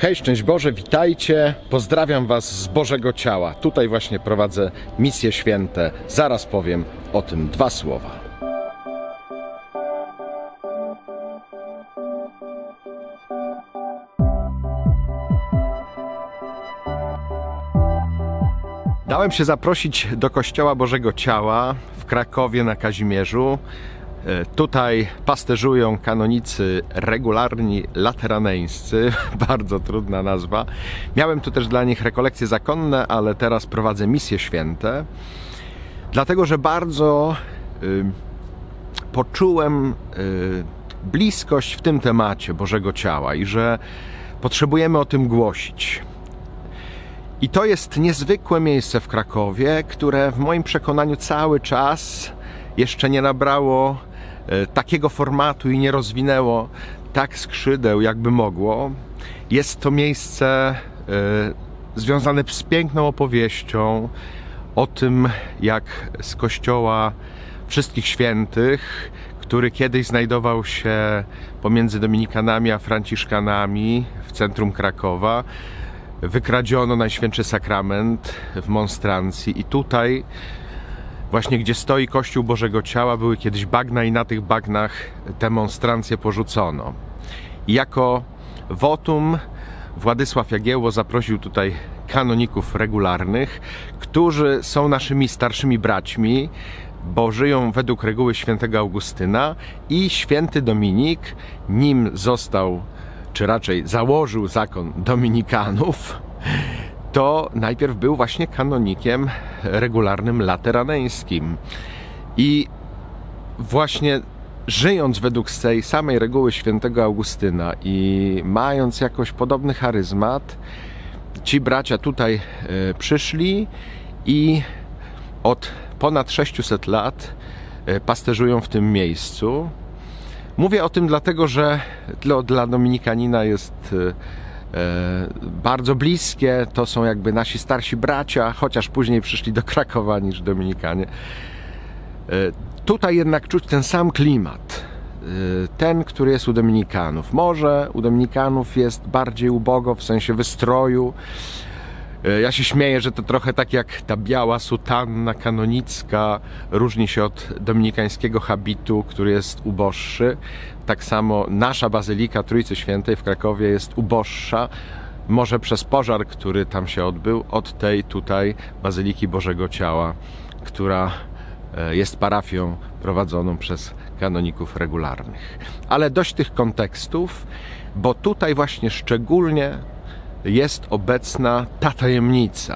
Hej, szczęść Boże, witajcie. Pozdrawiam Was z Bożego Ciała. Tutaj właśnie prowadzę misje święte. Zaraz powiem o tym dwa słowa. Dałem się zaprosić do Kościoła Bożego Ciała w Krakowie na Kazimierzu. Tutaj pasterzują kanonicy regularni lateraneńscy, bardzo trudna nazwa. Miałem tu też dla nich rekolekcje zakonne, ale teraz prowadzę misje święte, dlatego że bardzo poczułem bliskość w tym temacie Bożego Ciała i że potrzebujemy o tym głosić. I to jest niezwykłe miejsce w Krakowie, które w moim przekonaniu cały czas jeszcze nie nabrało takiego formatu i nie rozwinęło tak skrzydeł, jakby mogło. Jest to miejsce związane z piękną opowieścią o tym, jak z Kościoła Wszystkich Świętych, który kiedyś znajdował się pomiędzy Dominikanami a Franciszkanami w centrum Krakowa, wykradziono Najświętszy Sakrament w monstrancji i tutaj właśnie gdzie stoi Kościół Bożego Ciała były kiedyś bagna i na tych bagnach te monstrancje porzucono. I jako wotum Władysław Jagiełło zaprosił tutaj kanoników regularnych, którzy są naszymi starszymi braćmi, bo żyją według reguły świętego Augustyna i święty Dominik, nim został, czy raczej założył zakon dominikanów, to najpierw był właśnie kanonikiem regularnym lateraneńskim. I właśnie żyjąc według tej samej reguły świętego Augustyna i mając jakoś podobny charyzmat, ci bracia tutaj przyszli i od ponad 600 lat pasterzują w tym miejscu. Mówię o tym dlatego, że dla dominikanina jest bardzo bliskie, to są jakby nasi starsi bracia, chociaż później przyszli do Krakowa niż Dominikanie. Tutaj jednak czuć ten sam klimat, ten, który jest u Dominikanów. Może u Dominikanów jest bardziej ubogo w sensie wystroju. Ja się śmieję, że to trochę tak jak ta biała sutanna kanonicka różni się od dominikańskiego habitu, który jest uboższy. Tak samo nasza Bazylika Trójcy Świętej w Krakowie jest uboższa, może przez pożar, który tam się odbył, od tej tutaj Bazyliki Bożego Ciała, która jest parafią prowadzoną przez kanoników regularnych. Ale dość tych kontekstów, bo tutaj właśnie szczególnie jest obecna ta tajemnica,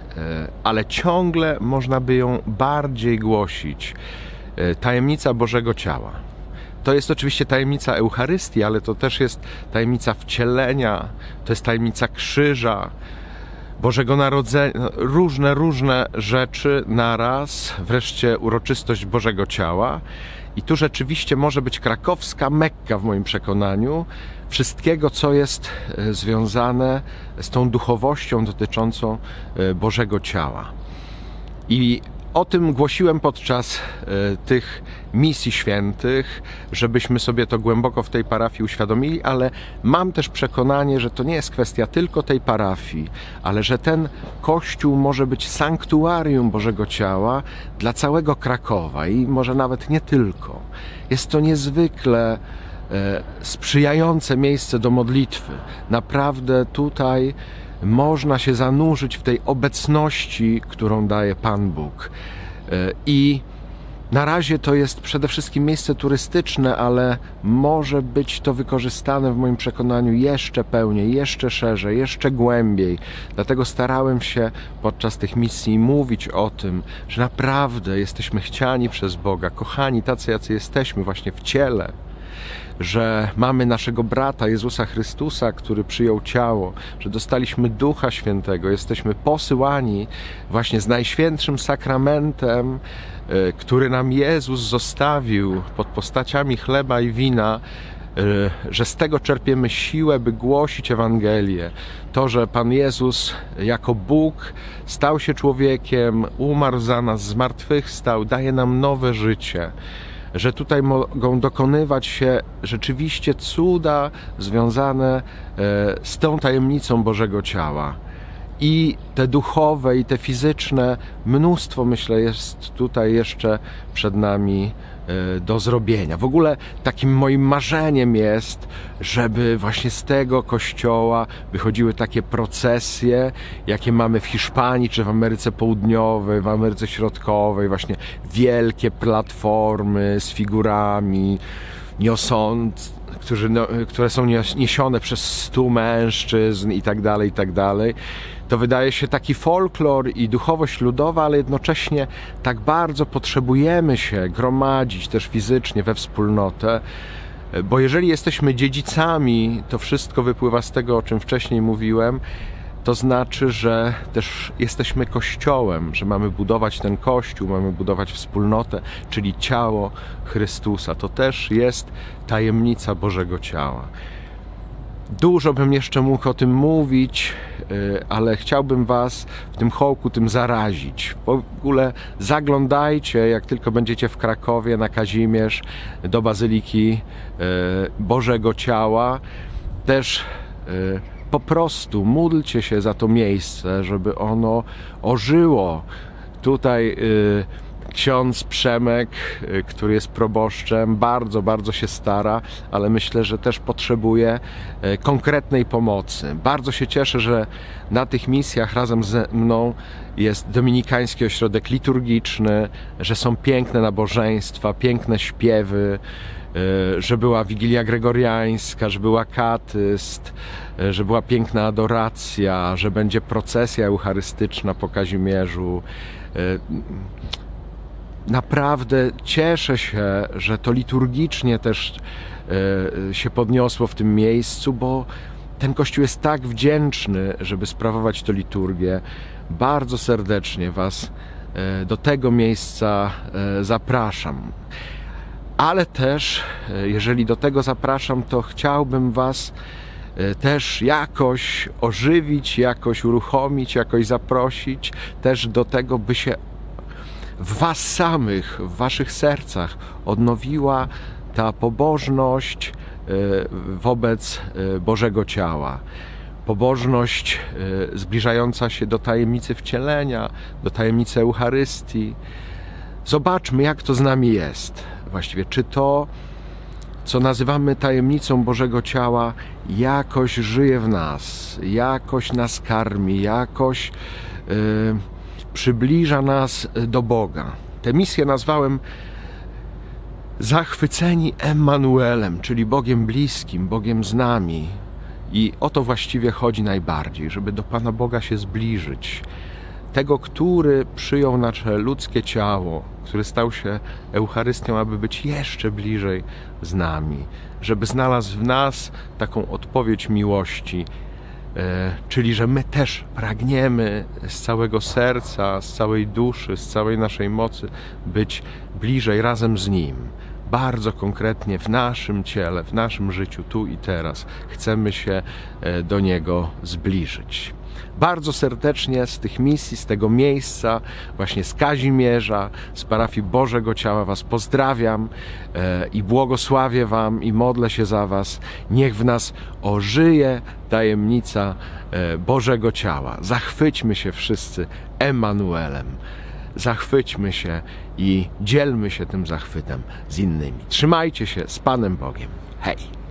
ale ciągle można by ją bardziej głosić. Tajemnica Bożego Ciała. To jest oczywiście tajemnica Eucharystii, ale to też jest tajemnica wcielenia, to jest tajemnica krzyża, Bożego Narodzenia, różne rzeczy naraz, wreszcie uroczystość Bożego Ciała. I tu rzeczywiście może być krakowska Mekka w moim przekonaniu wszystkiego, co jest związane z tą duchowością dotyczącą Bożego Ciała. I o tym głosiłem podczas tych misji świętych, żebyśmy sobie to głęboko w tej parafii uświadomili, ale mam też przekonanie, że to nie jest kwestia tylko tej parafii, ale że ten Kościół może być sanktuarium Bożego Ciała dla całego Krakowa i może nawet nie tylko. Jest to niezwykle sprzyjające miejsce do modlitwy. Naprawdę tutaj można się zanurzyć w tej obecności, którą daje Pan Bóg. I na razie to jest przede wszystkim miejsce turystyczne, ale może być to wykorzystane w moim przekonaniu jeszcze pełniej, jeszcze szerzej, jeszcze głębiej. Dlatego starałem się podczas tych misji mówić o tym, że naprawdę jesteśmy chciani przez Boga, kochani tacy, jacy jesteśmy właśnie w ciele, że mamy naszego brata Jezusa Chrystusa, który przyjął ciało, że dostaliśmy Ducha Świętego, jesteśmy posyłani właśnie z Najświętszym Sakramentem, który nam Jezus zostawił pod postaciami chleba i wina, że z tego czerpiemy siłę, by głosić Ewangelię. To, że Pan Jezus jako Bóg stał się człowiekiem, umarł za nas, zmartwychwstał, daje nam nowe życie. że tutaj mogą dokonywać się rzeczywiście cuda związane z tą tajemnicą Bożego Ciała. I te duchowe, i te fizyczne, mnóstwo, myślę, jest tutaj jeszcze przed nami do zrobienia. W ogóle takim moim marzeniem jest, żeby właśnie z tego kościoła wychodziły takie procesje, jakie mamy w Hiszpanii, czy w Ameryce Południowej, w Ameryce Środkowej, właśnie wielkie platformy z figurami niosąc, które są niesione przez 100 mężczyzn i tak dalej, i tak dalej. To wydaje się taki folklor i duchowość ludowa, ale jednocześnie tak bardzo potrzebujemy się gromadzić też fizycznie we wspólnotę, bo jeżeli jesteśmy dziedzicami, to wszystko wypływa z tego, o czym wcześniej mówiłem, to znaczy, że też jesteśmy Kościołem, że mamy budować ten Kościół, mamy budować wspólnotę, czyli ciało Chrystusa. To też jest tajemnica Bożego Ciała. Dużo bym jeszcze mógł o tym mówić, ale chciałbym Was w tym hołku tym zarazić. W ogóle zaglądajcie, jak tylko będziecie w Krakowie, na Kazimierz, do Bazyliki Bożego Ciała. Też po prostu módlcie się za to miejsce, żeby ono ożyło. Tutaj ksiądz Przemek, który jest proboszczem, bardzo, bardzo się stara, ale myślę, że też potrzebuje konkretnej pomocy. Bardzo się cieszę, że na tych misjach razem ze mną jest Dominikański Ośrodek Liturgiczny, że są piękne nabożeństwa, piękne śpiewy, że była Wigilia Gregoriańska, że była katyst, że była piękna adoracja, że będzie procesja eucharystyczna po Kazimierzu. Naprawdę cieszę się, że to liturgicznie też się podniosło w tym miejscu, bo ten Kościół jest tak wdzięczny, żeby sprawować tę liturgię. Bardzo serdecznie Was do tego miejsca zapraszam. Ale też, jeżeli do tego zapraszam, to chciałbym Was też jakoś ożywić, jakoś uruchomić, jakoś zaprosić też do tego, by się w Was samych, w Waszych sercach odnowiła ta pobożność wobec Bożego Ciała. Pobożność zbliżająca się do tajemnicy wcielenia, do tajemnicy Eucharystii. Zobaczmy, jak to z nami jest. Właściwie, czy to, co nazywamy tajemnicą Bożego Ciała, jakoś żyje w nas, jakoś nas karmi, jakoś przybliża nas do Boga. Tę misję nazwałem Zachwyceni Emmanuelem, czyli Bogiem bliskim, Bogiem z nami. I o to właściwie chodzi najbardziej, żeby do Pana Boga się zbliżyć. Tego, który przyjął nasze ludzkie ciało, który stał się Eucharystią, aby być jeszcze bliżej z nami, żeby znalazł w nas taką odpowiedź miłości, czyli że my też pragniemy z całego serca, z całej duszy, z całej naszej mocy być bliżej razem z Nim. Bardzo konkretnie w naszym ciele, w naszym życiu, tu i teraz chcemy się do Niego zbliżyć. Bardzo serdecznie z tych misji, z tego miejsca, właśnie z Kazimierza, z parafii Bożego Ciała Was pozdrawiam i błogosławię Wam i modlę się za Was. Niech w nas ożyje tajemnica Bożego Ciała. Zachwyćmy się wszyscy Emmanuelem. Zachwyćmy się i dzielmy się tym zachwytem z innymi. Trzymajcie się z Panem Bogiem. Hej!